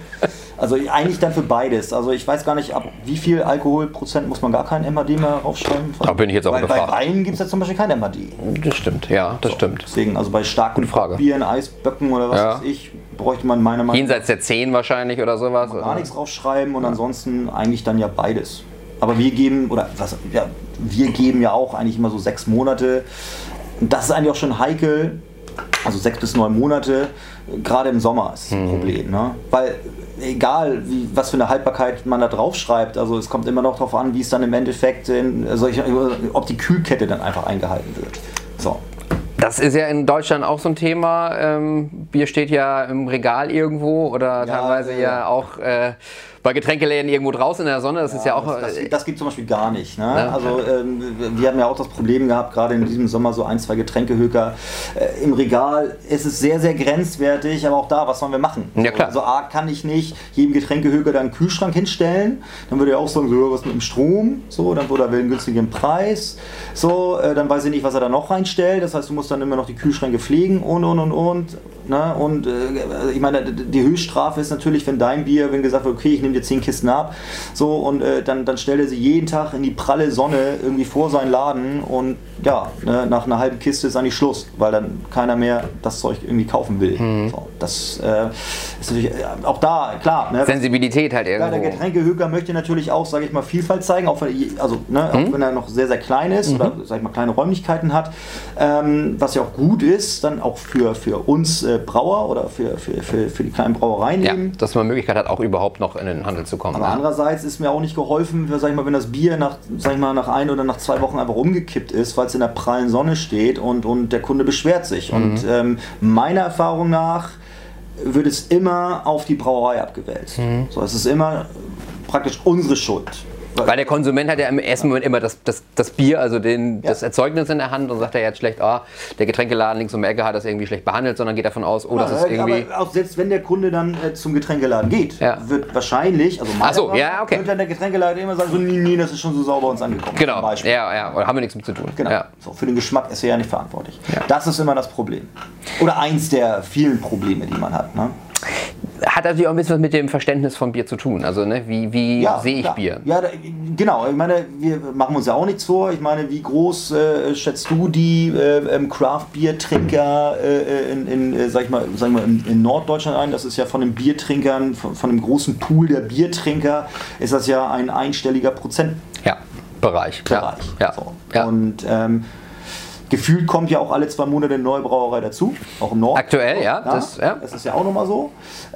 S2: Also eigentlich dann für beides. Also ich weiß gar nicht, ab wie viel Alkoholprozent muss man gar kein M H D mehr raufschreiben.
S1: Da bin ich jetzt auch
S2: Weil
S1: gefragt.
S2: Bei Wein gibt es ja zum Beispiel kein M H D.
S1: Das stimmt, ja, das so, stimmt.
S2: Deswegen, also bei starken Bieren, Eisböcken oder was ja. weiß ich, bräuchte man meiner Meinung nach...
S1: Jenseits der zehn wahrscheinlich oder sowas.
S2: Gar nichts draufschreiben und ja. ansonsten eigentlich dann ja beides. Aber wir geben, oder was, ja, wir geben ja auch eigentlich immer so sechs Monate. Und das ist eigentlich auch schon heikel. Also sechs bis neun Monate, gerade im Sommer ist das ein Problem. Ne? Weil egal, wie, was für eine Haltbarkeit man da drauf schreibt, also es kommt immer noch darauf an, wie es dann im Endeffekt, in, also ich, ob die Kühlkette dann einfach eingehalten wird. So.
S1: Das ist ja in Deutschland auch so ein Thema. Ähm, Bier steht ja im Regal irgendwo oder ja, teilweise äh, ja auch äh, bei Getränkeläden irgendwo draußen in der Sonne. Das ja, ist ja auch.
S2: Das, das, das gibt zum Beispiel gar nicht. Ne? Ja. Also ähm, wir haben ja auch das Problem gehabt, gerade in diesem Sommer so ein, zwei Getränkehöker äh, im Regal. Es ist sehr, sehr grenzwertig, aber auch da, was sollen wir machen?
S1: Ja, klar.
S2: Also A, kann ich nicht jedem Getränkehöker dann einen Kühlschrank hinstellen. Dann würde er auch sagen, so was mit dem Strom, so, dann würde er will einen günstigen Preis. So, äh, dann weiß ich nicht, was er da noch reinstellt. Das heißt, du musst dann immer noch die Kühlschränke pflegen und und und und. Ne? Und äh, ich meine, die Höchststrafe ist natürlich, wenn dein Bier, wenn gesagt wird, okay, ich nehme dir zehn Kisten ab, so, und äh, dann, dann stellt er sie jeden Tag in die pralle Sonne irgendwie vor seinen Laden und ja, ne, nach einer halben Kiste ist eigentlich Schluss, weil dann keiner mehr das Zeug irgendwie kaufen will. Mhm. So, das äh, ist natürlich äh, auch da, klar. Ne?
S1: Sensibilität halt irgendwo.
S2: Ja, der Getränkehöker möchte natürlich auch, sage ich mal, Vielfalt zeigen, auch wenn, also, ne, mhm. auch wenn er noch sehr, sehr klein ist, mhm. oder, sag ich mal, kleine Räumlichkeiten hat, ähm, was ja auch gut ist, dann auch für, für uns äh, Brauer oder für, für, für, für die kleinen Brauereien
S1: ja,
S2: eben.
S1: Dass man Möglichkeit hat, auch überhaupt noch in den Handel zu kommen.
S2: Aber
S1: ja.
S2: andererseits ist mir auch nicht geholfen, für, sag ich mal, wenn das Bier nach, sag ich mal, nach ein oder nach zwei Wochen einfach umgekippt ist, weil es in der prallen Sonne steht und, und der Kunde beschwert sich. Mhm. Und ähm, meiner Erfahrung nach wird es immer auf die Brauerei abgewälzt. Mhm. So, es ist immer praktisch unsere Schuld.
S1: Weil der Konsument hat ja im ersten Moment immer das, das, das Bier, also den, ja. das Erzeugnis in der Hand und sagt er jetzt schlecht, oh, der Getränkeladen links um die Ecke hat das irgendwie schlecht behandelt, sondern geht davon aus, oh, das ja, ist irgendwie...
S2: Aber auch selbst wenn der Kunde dann äh, zum Getränkeladen geht, ja. wird wahrscheinlich, also
S1: Ach so, ja, okay.
S2: wird dann der Getränkeladen immer sagen, so, nee, nee, das ist schon so sauber uns angekommen.
S1: Genau, ja, ja, oder haben wir nichts mit zu tun.
S2: Genau,
S1: ja.
S2: so, für den Geschmack ist er ja nicht verantwortlich. Ja. Das ist immer das Problem. Oder eins der vielen Probleme, die man hat. Ne?
S1: Hat natürlich auch ein bisschen was mit dem Verständnis von Bier zu tun. Also, ne, wie, wie
S2: ja,
S1: sehe ich
S2: klar.
S1: Bier?
S2: Ja, da, genau. Ich meine, wir machen uns ja auch nichts vor. Ich meine, wie groß äh, schätzt du die äh, Craft-Bier-Trinker äh, in, in, äh, sag ich mal, sag ich mal, in, in Norddeutschland ein? Das ist ja von den Biertrinkern, von, von dem großen Pool der Biertrinker, ist das ja ein einstelliger Prozent.
S1: Ja, Bereich.
S2: Bereich.
S1: Ja.
S2: So.
S1: Ja.
S2: Und ähm, gefühlt kommt ja auch alle zwei Monate eine neue Brauerei dazu, auch im Norden.
S1: Aktuell, ja.
S2: ja, das, ja. das ist ja auch nochmal so.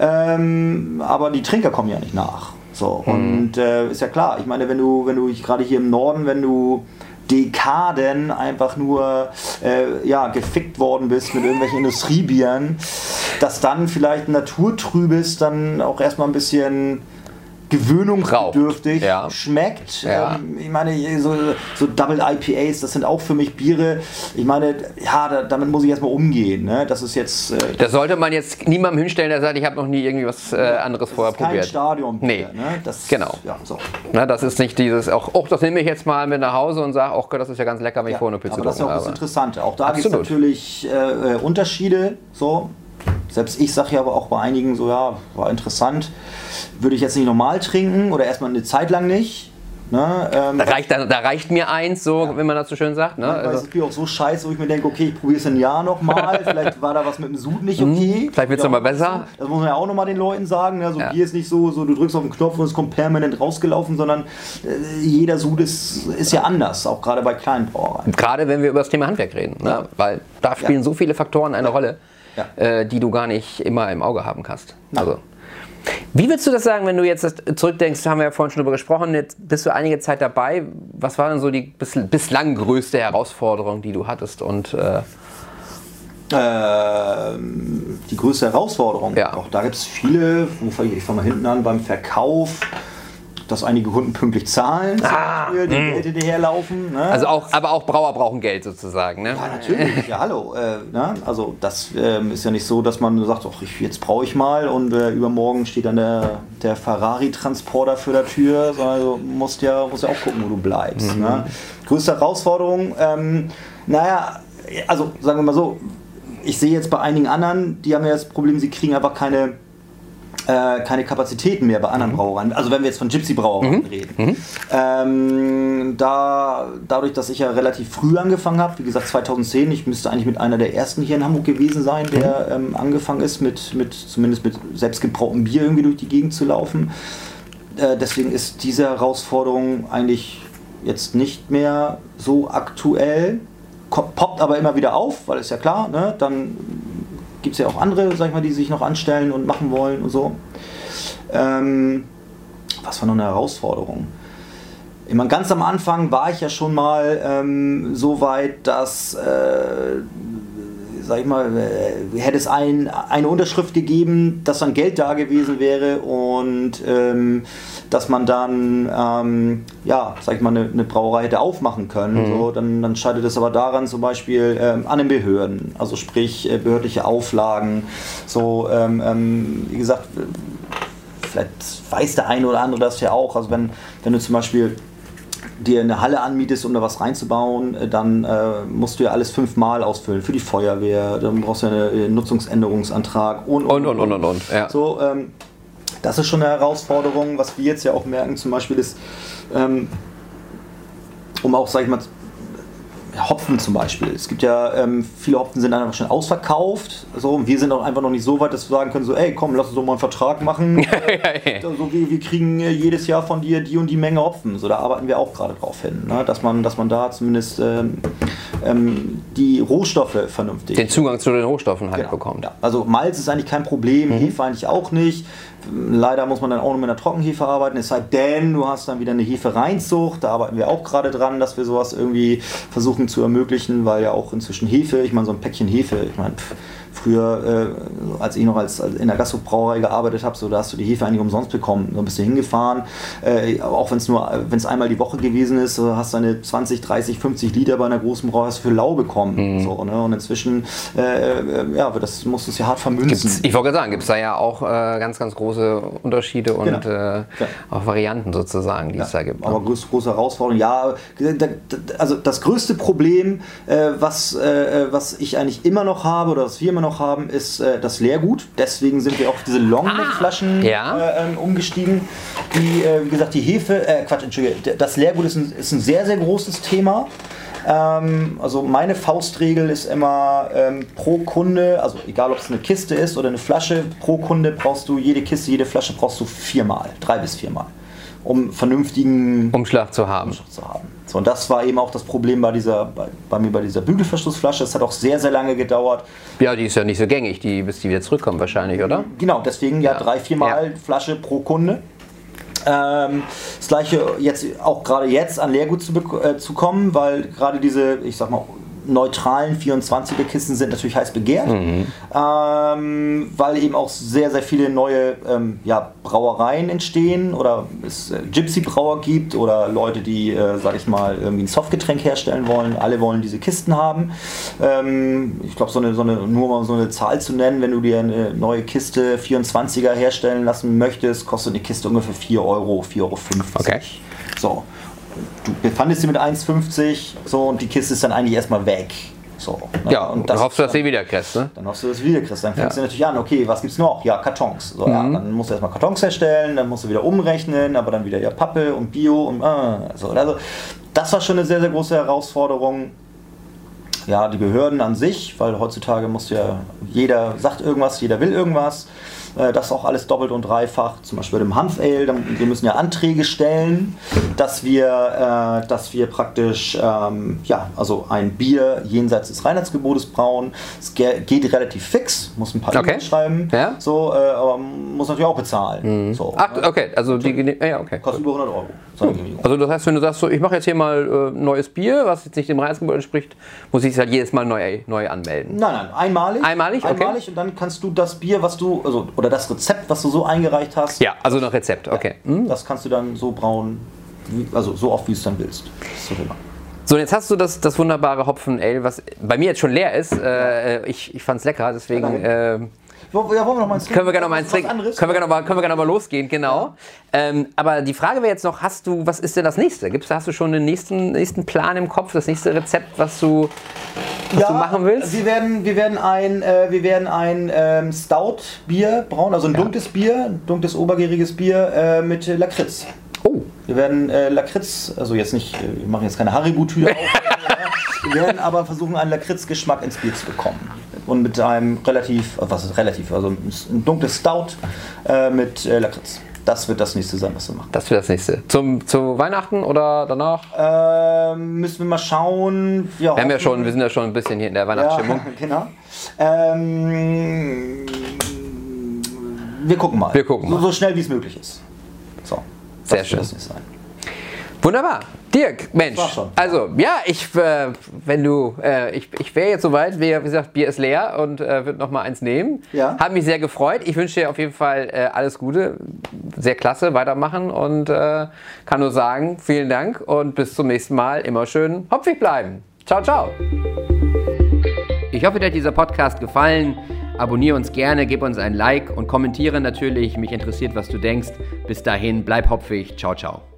S2: Ähm, aber die Trinker kommen ja nicht nach. So, mhm. Und äh, ist ja klar, ich meine, wenn du, wenn du gerade hier im Norden, wenn du Dekaden einfach nur äh, ja, gefickt worden bist mit irgendwelchen Industriebieren, dass dann vielleicht ein naturtrübes dann auch erstmal ein bisschen gewöhnungsbedürftig
S1: ja.
S2: schmeckt.
S1: Ja.
S2: Ähm, ich meine, so, so Double I P As, das sind auch für mich Biere. Ich meine, ja, da, damit muss ich erstmal umgehen. Ne? Das ist jetzt. Äh,
S1: das sollte man jetzt niemandem hinstellen, der sagt, ich habe noch nie irgendwie was äh, anderes
S2: das
S1: vorher
S2: ist kein
S1: probiert.
S2: Stadion.
S1: Nee,
S2: ne? das,
S1: genau.
S2: Ja, so.
S1: Na, das ist nicht dieses, auch, oh, das nehme ich jetzt mal mit nach Hause und sage, oh Gott, das ist ja ganz lecker, wenn
S2: ja,
S1: ich vorher eine Pizza
S2: aber das ist ja auch das
S1: aber.
S2: Interessante. Auch da gibt es natürlich äh, Unterschiede. So. Selbst ich sage ja aber auch bei einigen so, ja, war interessant. Würde ich jetzt nicht normal trinken oder erstmal eine Zeit lang nicht. Ne, ähm,
S1: da, reicht, da, da reicht mir eins, so, ja. wenn man das so schön sagt. Ne?
S2: Manchmal also. ist das Bier auch so scheiße, wo ich mir denke, okay, ich probiere es ein Jahr nochmal. Vielleicht war da was mit dem Sud nicht okay.
S1: Vielleicht wird es nochmal besser.
S2: Das muss man ja auch nochmal den Leuten sagen. Ne? So ja. Bier ist nicht so, so, du drückst auf den Knopf und es kommt permanent rausgelaufen, sondern äh, jeder Sud ist, ist ja anders, auch gerade bei kleinen Brauereien.
S1: Gerade wenn wir über das Thema Handwerk reden. Ne?
S2: Ja.
S1: Weil da spielen ja. so viele Faktoren eine
S2: ja.
S1: Rolle,
S2: ja.
S1: äh, die du gar nicht immer im Auge haben kannst.
S2: Ja.
S1: Also. Wie würdest du das sagen, wenn du jetzt zurückdenkst, haben wir ja vorhin schon drüber gesprochen, jetzt bist du einige Zeit dabei. Was war denn so die bislang größte Herausforderung, die du hattest? Und, äh
S2: ähm, die größte Herausforderung?
S1: Ja.
S2: Auch da gibt es viele, ich fange mal hinten an, beim Verkauf, dass einige Kunden pünktlich zahlen, zum
S1: ah,
S2: Beispiel, die Geld hinterherlaufen. Ne?
S1: Also auch, aber auch Brauer brauchen Geld sozusagen, ne?
S2: Ja, natürlich. Ja, hallo. Äh, ne? Also das ähm, ist ja nicht so, dass man sagt, ach, ich, jetzt brauche ich mal und äh, übermorgen steht dann der, der Ferrari-Transporter vor der Tür, sondern du musst ja, musst ja auch gucken, wo du bleibst. Mhm. Ne? Größte Herausforderung, ähm, naja, also sagen wir mal so, ich sehe jetzt bei einigen anderen, die haben ja das Problem, sie kriegen einfach keine Äh, keine Kapazitäten mehr bei anderen mhm. Brauereien. Also wenn wir jetzt von Gypsy-Brauereien mhm. reden. Mhm. Ähm, da, dadurch, dass ich ja relativ früh angefangen habe, wie gesagt zweitausendzehn, ich müsste eigentlich mit einer der ersten hier in Hamburg gewesen sein, der ähm, angefangen ist, mit, mit zumindest mit selbstgebrautem Bier irgendwie durch die Gegend zu laufen. Äh, deswegen ist diese Herausforderung eigentlich jetzt nicht mehr so aktuell. Poppt aber immer wieder auf, weil ist ja klar, ne? Dann gibt es ja auch andere, sag ich mal, die sich noch anstellen und machen wollen und so. Ähm, was war noch eine Herausforderung? Ich meine, ganz am Anfang war ich ja schon mal ähm, so weit, dass, äh, sag ich mal, äh, hätte es ein, eine Unterschrift gegeben, dass dann Geld da gewesen wäre und ähm, dass man dann, ähm, ja, sag ich mal, eine, eine Brauerei hätte aufmachen können. Mhm. So, dann, dann scheitert es aber daran, zum Beispiel ähm, an den Behörden, also sprich äh, behördliche Auflagen. So, ähm, ähm, wie gesagt, vielleicht weiß der eine oder andere das ja auch. Also wenn, wenn du zum Beispiel dir eine Halle anmietest, um da was reinzubauen, dann äh, musst du ja alles fünfmal ausfüllen. Für die Feuerwehr, dann brauchst du ja einen Nutzungsänderungsantrag und und und. und, und, und ja. So, ähm, das ist schon eine Herausforderung. Was wir jetzt ja auch merken, zum Beispiel ist, ähm, um auch, sag ich mal, Hopfen zum Beispiel. Es gibt ja, ähm, viele Hopfen sind einfach schon ausverkauft. So, und wir sind auch einfach noch nicht so weit, dass wir sagen können, so, ey, komm, lass uns doch mal einen Vertrag machen. So, wir, wir kriegen äh, jedes Jahr von dir die und die Menge Hopfen. So, da arbeiten wir auch gerade drauf hin, ne? dass, man, dass man da zumindest ähm, ähm, die Rohstoffe vernünftig...
S1: Den Zugang zu den Rohstoffen halt
S2: genau,
S1: bekommt.
S2: Ja. Also Malz ist eigentlich kein Problem, mhm. Hefe eigentlich auch nicht. Leider muss man dann auch noch mit einer Trockenhefe arbeiten, es sei denn, du hast dann wieder eine Hefereinzucht, da arbeiten wir auch gerade dran, dass wir sowas irgendwie versuchen zu ermöglichen, weil ja auch inzwischen Hefe, ich meine so ein Päckchen Hefe, ich meine pff, früher, äh, als ich noch als, als in der Gasthof-Brauerei gearbeitet habe, so, da hast du die Hefe eigentlich umsonst bekommen, so bist du hingefahren, äh, auch wenn es nur, wenn es einmal die Woche gewesen ist, so, hast du eine zwanzig, dreißig, fünfzig Liter bei einer großen Brauerei für lau bekommen, mhm. so, ne? Und inzwischen, äh, ja, das musst du es ja hart vermünzen.
S1: Gibt's, ich wollte sagen, gibt es da ja auch äh, ganz, ganz große Unterschiede und genau. äh, ja. auch Varianten sozusagen, die ja, es da gibt.
S2: Aber große, große Herausforderung, ja, also das größte Problem, äh, was, äh, was ich eigentlich immer noch habe oder was wir immer noch haben, ist äh, das Leergut. Deswegen sind wir auf diese Longneck-Flaschen
S1: ah, ja.
S2: äh, umgestiegen. Die, äh, wie gesagt, die Hefe, äh, Quatsch, Entschuldige, das Leergut ist ein, ist ein sehr, sehr großes Thema. Ähm, also meine Faustregel ist immer ähm, pro Kunde, also egal ob es eine Kiste ist oder eine Flasche, pro Kunde brauchst du jede Kiste, jede Flasche brauchst du viermal, drei bis viermal, um vernünftigen
S1: Umschlag zu haben.
S2: Umschlag zu haben. So, und das war eben auch das Problem bei, dieser, bei, bei mir bei dieser Bügelverschlussflasche. Es hat auch sehr, sehr lange gedauert.
S1: Ja, die ist ja nicht so gängig, die, bis die wieder zurückkommt wahrscheinlich, oder?
S2: Genau, deswegen ja, ja. drei, viermal ja. Flasche pro Kunde. Ähm, das gleiche jetzt auch gerade jetzt an Leergut zu, äh, zu kommen, weil gerade diese, ich sag mal, neutralen vierundzwanziger Kisten sind natürlich heiß begehrt, mhm. ähm, weil eben auch sehr, sehr viele neue ähm, ja, Brauereien entstehen oder es äh, Gypsy-Brauer gibt oder Leute, die, äh, sag ich mal, irgendwie ein Softgetränk herstellen wollen. Alle wollen diese Kisten haben. Ähm, ich glaube, so eine, so eine, nur mal so eine Zahl zu nennen, wenn du dir eine neue Kiste vierundzwanziger herstellen lassen möchtest, kostet eine Kiste ungefähr vier Euro, vier Euro fünfzig. Okay. So. Du befandest sie mit eins fünfzig so, und die Kiste ist dann eigentlich erstmal weg. So, ne?
S1: Ja, und dann hoffst du, dass du sie wieder kriegst. Ne?
S2: Dann hoffst du, dass du wieder kriegst. Dann fängst ja. du natürlich an, okay, was gibt's noch? Ja, Kartons. So, mhm. ja, dann musst du erstmal Kartons herstellen, dann musst du wieder umrechnen, aber dann wieder ja Pappe und Bio und äh, so. Also das war schon eine sehr, sehr große Herausforderung. Ja, die Behörden an sich, weil heutzutage muss ja jeder sagt irgendwas, jeder will irgendwas. Äh, das auch alles doppelt und dreifach. Zum Beispiel im Hanf-Ale, wir müssen ja Anträge stellen, dass wir, äh, dass wir praktisch ähm, ja, also ein Bier jenseits des Reinheitsgebotes brauen. Es ge- geht relativ fix, muss ein paar
S1: okay.
S2: E-Mails schreiben,
S1: ja.
S2: so, äh, aber muss natürlich auch bezahlen.
S1: Mhm.
S2: So,
S1: Ach,
S2: ne?
S1: okay, also die ja, okay.
S2: Kostet über hundert Euro.
S1: Also das heißt, wenn du sagst, so, ich mache jetzt hier mal äh, neues Bier, was jetzt nicht dem Reinheitsgebot entspricht, muss ich es halt jedes Mal neu, neu anmelden?
S2: Nein, nein, einmalig.
S1: Einmalig, okay.
S2: Einmalig und dann kannst du das Bier, was du, also, oder das Rezept, was du so eingereicht hast.
S1: Ja, also noch Rezept, okay.
S2: Ja, mhm. Das kannst du dann so brauen, wie, also so oft, wie du es dann willst. Das ist so immer.
S1: So, und jetzt hast du das, das wunderbare Hopfen-Ale, was bei mir jetzt schon leer ist. Äh, ich ich fand es lecker, deswegen...
S2: Ja,
S1: äh,
S2: Ja, wollen wir noch mal ins
S1: Können wir gerne noch mal ins Trinken. Können wir gerne noch mal, können wir gerne noch mal losgehen, genau. Ja. Ähm, aber die Frage wäre jetzt noch, hast du, was ist denn das nächste? Gibt's, hast du schon den nächsten, nächsten Plan im Kopf, das nächste Rezept, was du, was
S2: ja,
S1: du machen willst?
S2: Wir werden, wir werden ein, äh, wir werden ein ähm, Stout-Bier brauen, also ein ja. dunkles Bier, ein dunkles obergäriges Bier äh, mit äh, Lakritz.
S1: Oh.
S2: Wir werden äh, Lakritz, also jetzt nicht, wir machen jetzt keine Haribo-Tüte auf, wir werden aber versuchen, einen Lakritz-Geschmack ins Bier zu bekommen. Und mit einem relativ, was ist relativ, also ein dunkles Stout äh, mit äh, Lakritz. Das wird das nächste sein, was wir machen.
S1: Das wird das nächste. Zum, zu Weihnachten oder danach?
S2: Ähm, müssen wir mal schauen. Ja,
S1: wir, haben ja schon, wir sind ja schon ein bisschen hier in der Weihnachtsstimmung.
S2: Ja, genau. Ähm, wir gucken mal.
S1: Wir gucken mal.
S2: So, so schnell wie es möglich ist. So.
S1: Sehr
S2: das
S1: schön.
S2: Das nicht sein.
S1: Wunderbar. Dirk, Mensch,
S2: war schon.
S1: also ja, ich, äh, wenn du, äh, ich, ich wäre jetzt soweit, wie gesagt, Bier ist leer und äh, würde noch mal eins nehmen.
S2: Ja.
S1: Hat mich sehr gefreut. Ich wünsche dir auf jeden Fall äh, alles Gute, sehr klasse, weitermachen und äh, kann nur sagen, vielen Dank und bis zum nächsten Mal. Immer schön hopfig bleiben. Ciao, ciao. Ich hoffe, dir hat dieser Podcast gefallen. Abonniere uns gerne, gib uns ein Like und kommentiere natürlich. Mich interessiert, was du denkst. Bis dahin, bleib hopfig. Ciao, ciao.